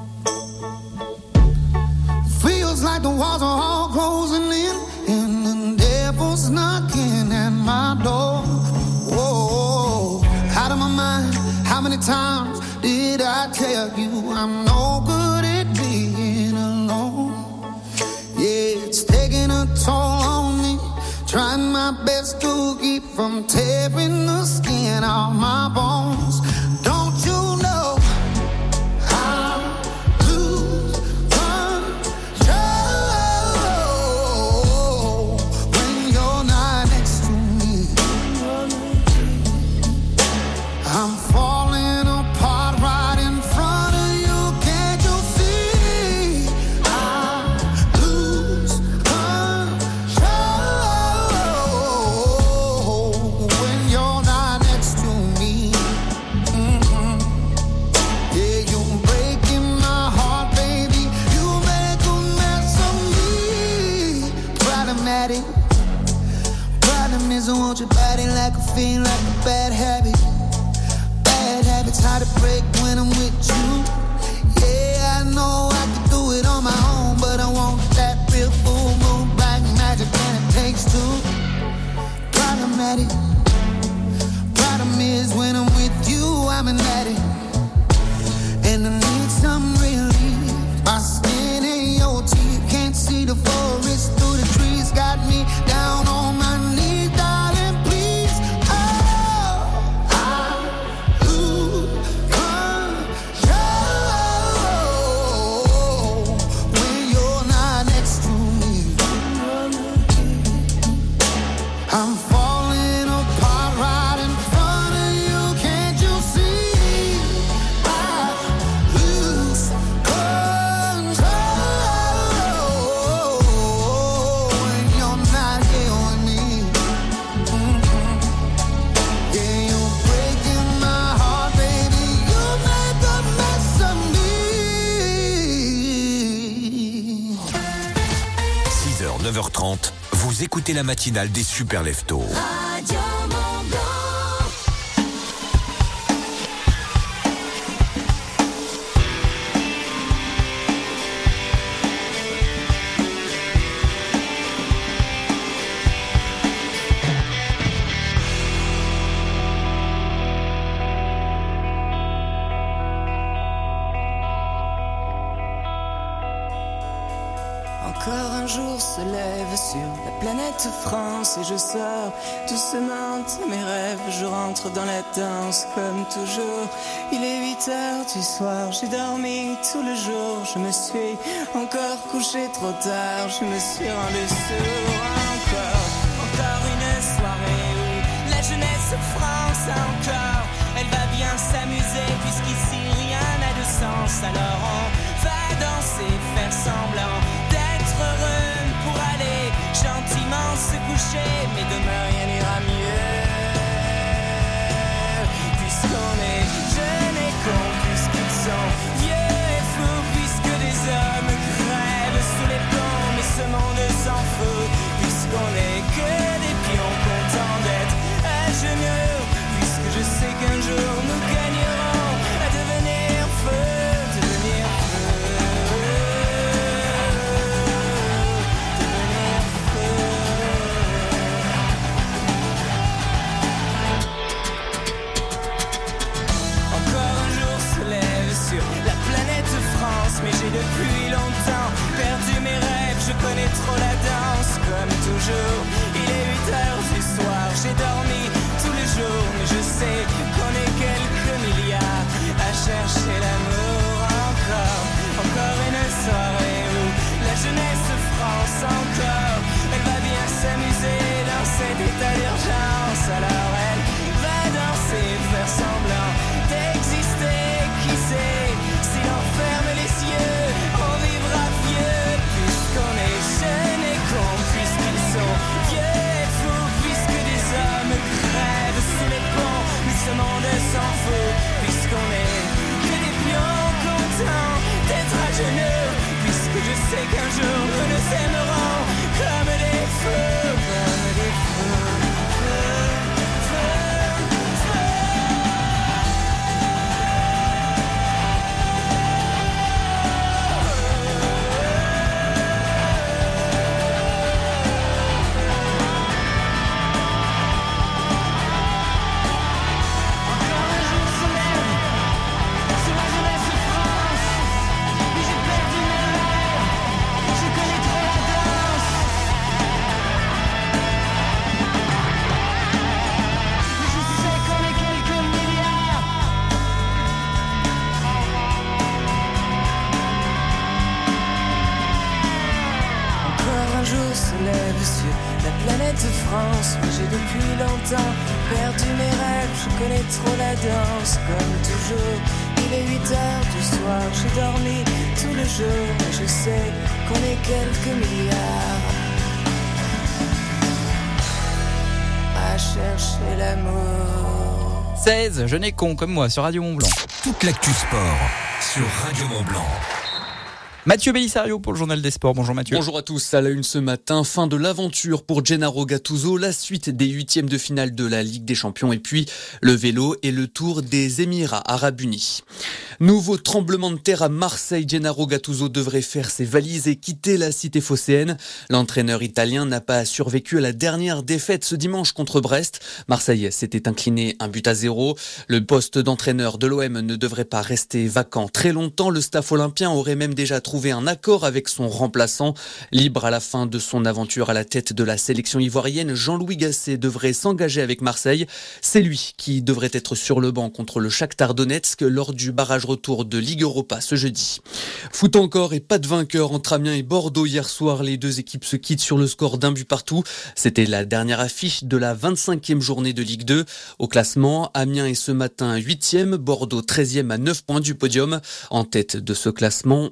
Feels like the walls are all closing in, and the devil's knocking at my door. Whoa, out of my mind. How many times did I tell you I'm no good at being alone? Yeah, it's taking a toll on me. Trying my best to keep from tearing the skin off my bones. Don't you know I lose control when you're not next to me? I'm falling apart right in front of you. Can't you see? I lose control when you're not next to me. Mm-hmm. Yeah, you're breaking my heart, baby. You make a mess of me. Problematic. Problem is I want your body like a fiend, like a bad habit. Bad habits hard to break when I'm with you. Yeah, I know I can do it on my own, but I want that real full moon black magic, and it takes two. Problematic. Problem is when I'm with you, I'm an addict, and I need some relief. My skin and your teeth can't see the forest through the trees. Got me down on my knees, darling, please. Oh, I lose control when you're not next to me. I'm falling apart right in front of you. écoutez la matinale des Super Leftos. Radio Mont-Blanc. Encore un jour se lève sur la planète France et je sors doucement de mes rêves. Je rentre dans la danse comme toujours. Il est huit heures du soir, j'ai dormi tout le jour. Je me suis encore couché trop tard, je me suis rendu sourd. Encore, encore une soirée où la jeunesse France encore. Elle va bien s'amuser puisqu'ici rien n'a de sens. Alors on va danser, faire semblant heureux pour aller gentiment se coucher, mais demain rien n'ira mieux. Puisqu'on est jeunes et cons, puisqu'ils sont vieux et fous, puisque des hommes crèvent sous les ponts, mais ce monde s'en fout. Puisqu'on est que des pions contents d'être à genoux, puisque je sais qu'un jour nous gagnerons à devenir feux, devenir feux. Mais j'ai depuis longtemps perdu mes rêves, je connais trop la danse comme toujours. Il est huit heures du soir, j'ai dormi tous les jours, mais je sais qu'on est quelques milliards à chercher l'amour. Encore, encore une soirée où la jeunesse France encore, elle va bien s'amuser dans cet état d'urgence. Alors elle va danser, faire semblant d'exister, qui sait si l'on ferme les yeux, on vivra vieux, puisqu'on est jeunes et cons, puisqu'ils sont vieux et fous, puisque des hommes crèvent sous les ponts, mais ce monde s'en fout, puisqu'on est que des pions contents d'être à genoux, puisque je sais qu'un jour nous nous aimerons comme des fous, comme des fous, fous, fous, fous. France, mais j'ai depuis longtemps perdu mes rêves, je connais trop la danse comme toujours. Il est huit heures du soir, j'ai dormi tout le jour, mais je sais qu'on est quelques milliards à chercher l'amour. seize, jeunes et cons comme moi sur Radio Mont-Blanc. Toute l'actu sport sur Radio Mont-Blanc. Mathieu Bellisario pour le journal des sports. Bonjour Mathieu. Bonjour à tous. À la une ce matin, fin de l'aventure pour Gennaro Gattuso, la suite des huitièmes de finale de la Ligue des Champions et puis le vélo et le Tour des Émirats Arabes Unis. Nouveau tremblement de terre à Marseille. Gennaro Gattuso devrait faire ses valises et quitter la cité phocéenne. L'entraîneur italien n'a pas survécu à la dernière défaite ce dimanche contre Brest. Marseille s'était incliné un but à zéro. Le poste d'entraîneur de l'O M ne devrait pas rester vacant très longtemps. Le staff olympien aurait même déjà trouvé un accord avec son remplaçant. Libre à la fin de son aventure à la tête de la sélection ivoirienne, Jean-Louis Gasset devrait s'engager avec Marseille. C'est lui qui devrait être sur le banc contre le Shakhtar Donetsk lors du barrage retour de Ligue Europa ce jeudi. Foot encore et pas de vainqueur entre Amiens et Bordeaux hier soir. Les deux équipes se quittent sur le score d'un but partout. C'était la dernière affiche de la vingt-cinquième journée de Ligue deux. Au classement, Amiens est ce matin huitième, Bordeaux treizième à neuf points du podium. En tête de ce classement, on retrouve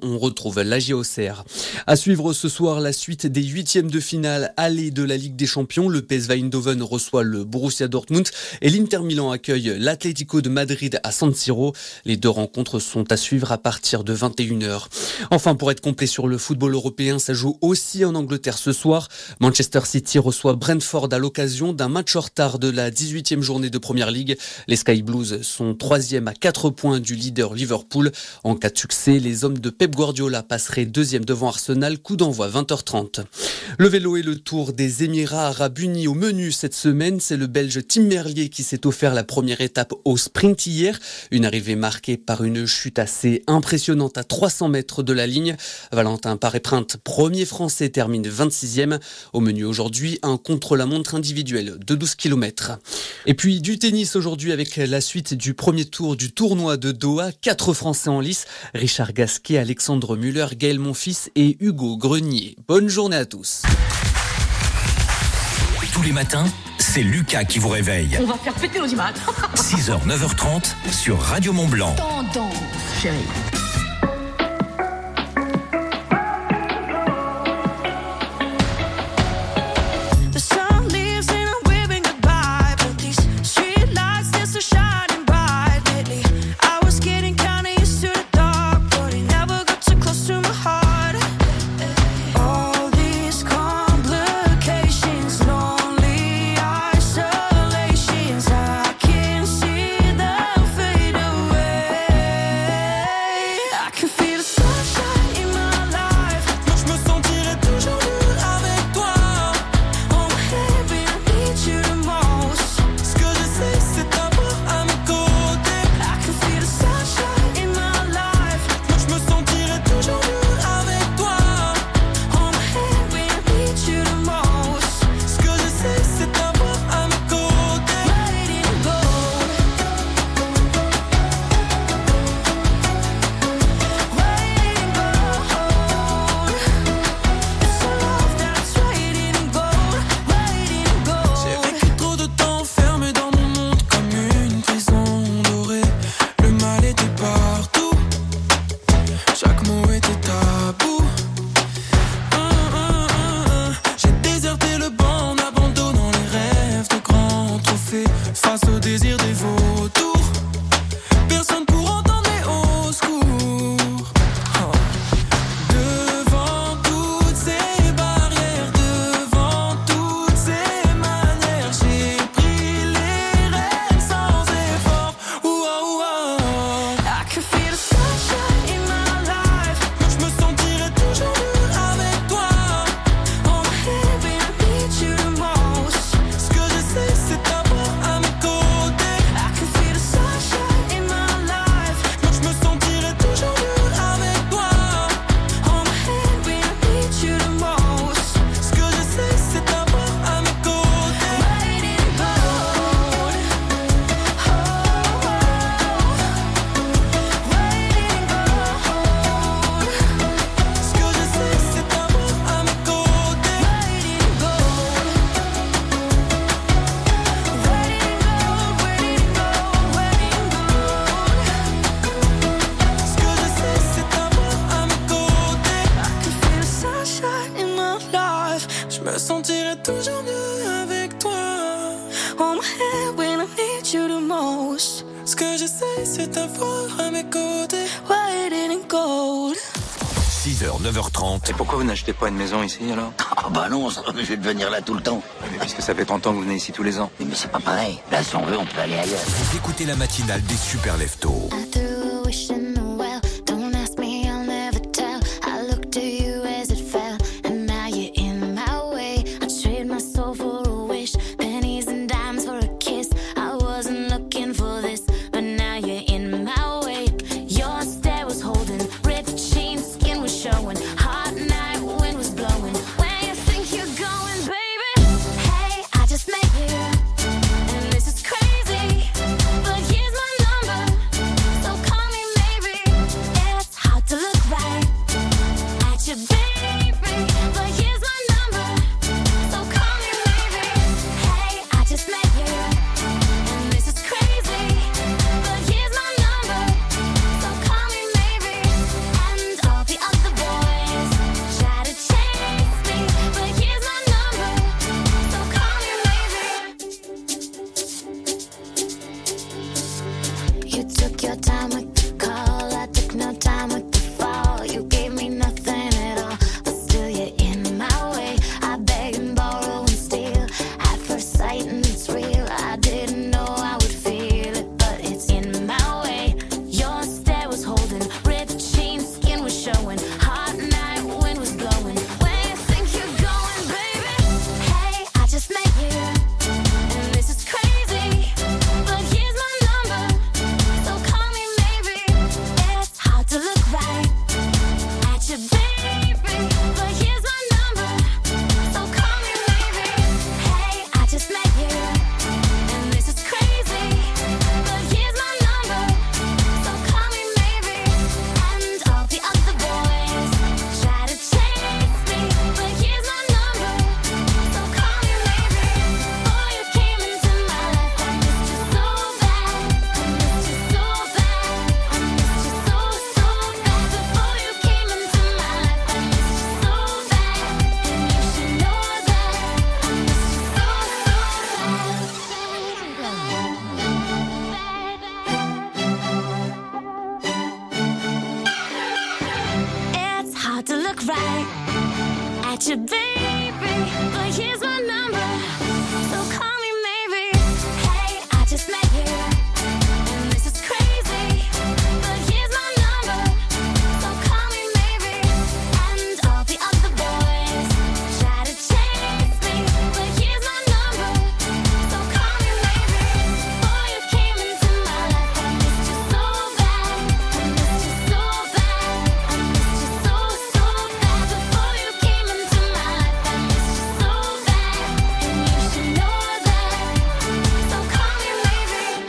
retrouve l'A G Auxerre. À suivre ce soir la suite des huitièmes de finale aller de la Ligue des Champions. Le P S V Eindhoven reçoit le Borussia Dortmund et l'Inter Milan accueille l'Atlético de Madrid à San Siro. Les deux rencontres sont à suivre à partir de vingt et une heures. Enfin, pour être complet sur le football européen, ça joue aussi en Angleterre ce soir. Manchester City reçoit Brentford à l'occasion d'un match en retard de la dix-huitième journée de Premier League. Les Sky Blues sont troisième à quatre points du leader Liverpool. En cas de succès, les hommes de Pep Guardiola passeraient deuxième devant Arsenal, coup d'envoi vingt heures trente. Le vélo et le Tour des Émirats Arabes Unis au menu cette semaine. C'est le Belge Tim Merlier qui s'est offert la première étape au sprint hier. Une arrivée marquée par une chute assez impressionnante à trois cents mètres de la ligne. Valentin Paré-Printe, premier français, termine vingt-sixième. Au menu aujourd'hui, un contre-la-montre individuel de douze kilomètres. Et puis du tennis aujourd'hui avec la suite du premier tour du tournoi de Doha. Quatre Français en lice, Richard Gasquet, Alexandre Muller, Gaël Monfils et Hugo Grenier. Bonne journée à tous. Tous les matins, c'est Lucas qui vous réveille. On va faire péter l'audimat. six heures, neuf heures trente sur Radio Mont-Blanc. Tendance, chérie. six heures, neuf heures trente. Et pourquoi vous n'achetez pas une maison ici alors? Ah bah non, ça, je vais devenir là tout le temps. Mais puisque ça fait trente ans que vous venez ici tous les ans. Mais c'est pas pareil. Là, si on veut, on peut aller ailleurs. Vous écoutez la matinale des Super Leftos. So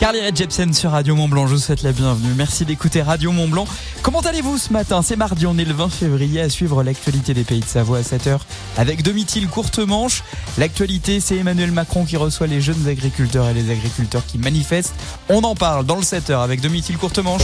Carly Rae Jepsen sur Radio Mont-Blanc, je vous souhaite la bienvenue. Merci d'écouter Radio Mont-Blanc. Comment allez-vous ce matin ? C'est mardi, on est le vingt février, à suivre l'actualité des Pays de Savoie à sept heures avec Domitil Courtemanche. L'actualité, c'est Emmanuel Macron qui reçoit les jeunes agriculteurs et les agriculteurs qui manifestent. On en parle dans le sept heures avec Domitil Courtemanche.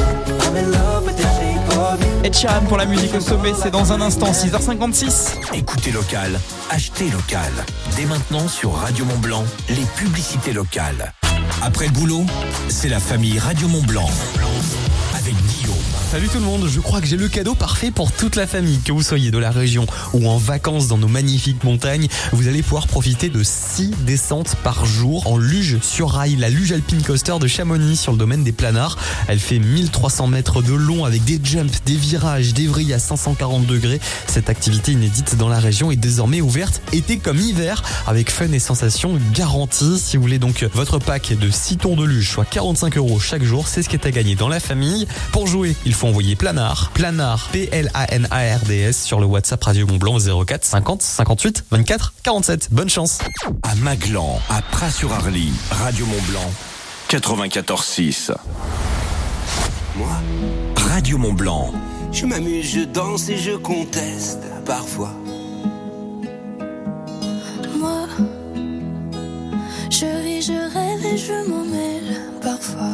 Ed Sheeran pour la musique au sommet, c'est dans un instant, six heures cinquante-six. Écoutez local, achetez local. Dès maintenant sur Radio Mont-Blanc, les publicités locales. Après le boulot, c'est la famille Radio Mont-Blanc avec Guillaume. Salut tout le monde, je crois que j'ai le cadeau parfait pour toute la famille. Que vous soyez de la région ou en vacances dans nos magnifiques montagnes, vous allez pouvoir profiter de six descentes par jour en luge sur rail. La luge Alpine Coaster de Chamonix sur le domaine des Planards. Elle fait mille trois cents mètres de long avec des jumps, des virages, des vrilles à cinq cent quarante degrés. Cette activité inédite dans la région est désormais ouverte été comme hiver avec fun et sensations garanties. Si vous voulez donc votre pack de six tours de luge, soit quarante-cinq euros chaque jour, c'est ce qui est à gagner dans la famille. Pour jouer, il faut envoyer Planard, Planard, P L A N A R D S sur le WhatsApp Radio Mont-Blanc zéro quatre cinquante cinquante-huit vingt-quatre quarante-sept. Bonne chance. À Maglan, à Pras-sur-Arly, Radio Mont-Blanc quatre-vingt-quatorze six. Moi, Radio Mont-Blanc. je m'amuse, je danse et je conteste parfois. Moi, je vis, je rêve et je m'en mêle parfois.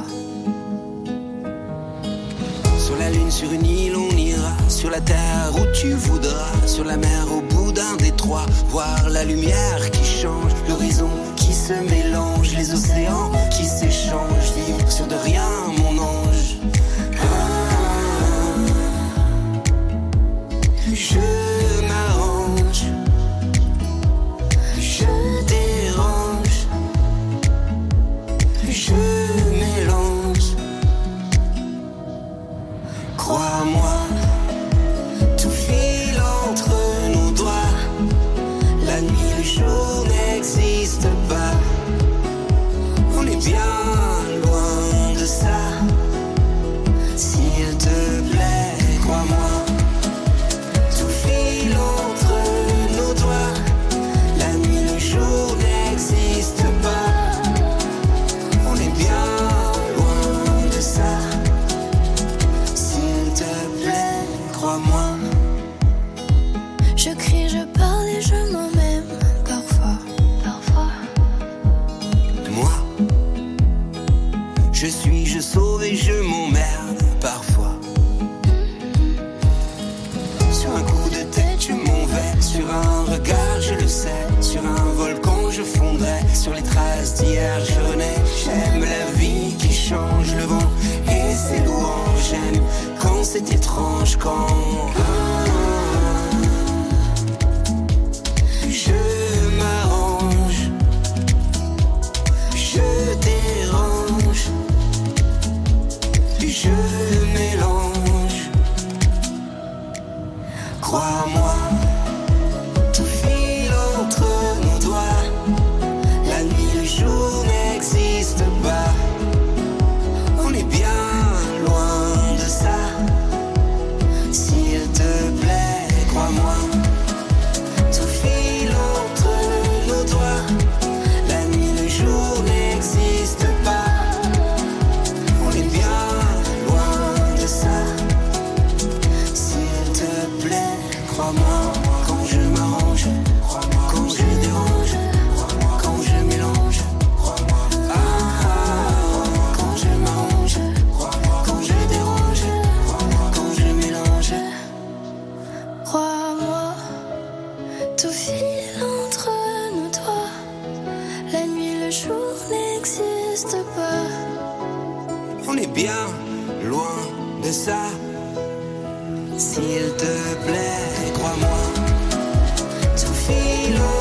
Sur la lune, sur une île, on ira. Sur la terre où tu voudras. Sur la mer, au bout d'un détroit. Voir la lumière qui change. L'horizon qui se mélange. Les océans qui s'échangent. Vivre sur de rien, mon ange. Ah, je m'arrange. Je dérange. Je mélange. Crois-moi, tout file entre nos doigts. La nuit, le jour n'existe pas. On est bien loin de ça. S'il te plaît, crois-moi. Tout file entre nos doigts. La nuit, le jour n'existe pas. On est bien loin de ça. Crois-moi. Je crie, je parle et je m'en même parfois. Parfois. Moi, je suis, je sauve et je m'emmerde parfois. Sur un coup de tête, je m'en vais. Sur un regard, je le sais. Sur un volcan, je fondrai. Sur les traces d'hier, je renais. J'aime la vie qui change le vent et ses louanges. J'aime quand c'est étrange, quand je m'arrange, je dérange, je mélange. Crois-moi, tout file entre nos doigts. La nuit, le jour n'existe pas. On est bien loin de ça. S'il te plaît, crois-moi. Tout file entre nos doigts. La nuit, le jour n'existe pas. On est bien loin de ça. S'il te plaît, crois-moi. Quand je m'arrange, quand je dérange, quand je mélange. Ah, quand je m'arrange, quand je dérange, quand je mélange. Crois-moi, tout file entre nos doigts. La nuit, le jour n'existe pas. On est bien loin de ça. S'il te plaît, crois-moi. Tout file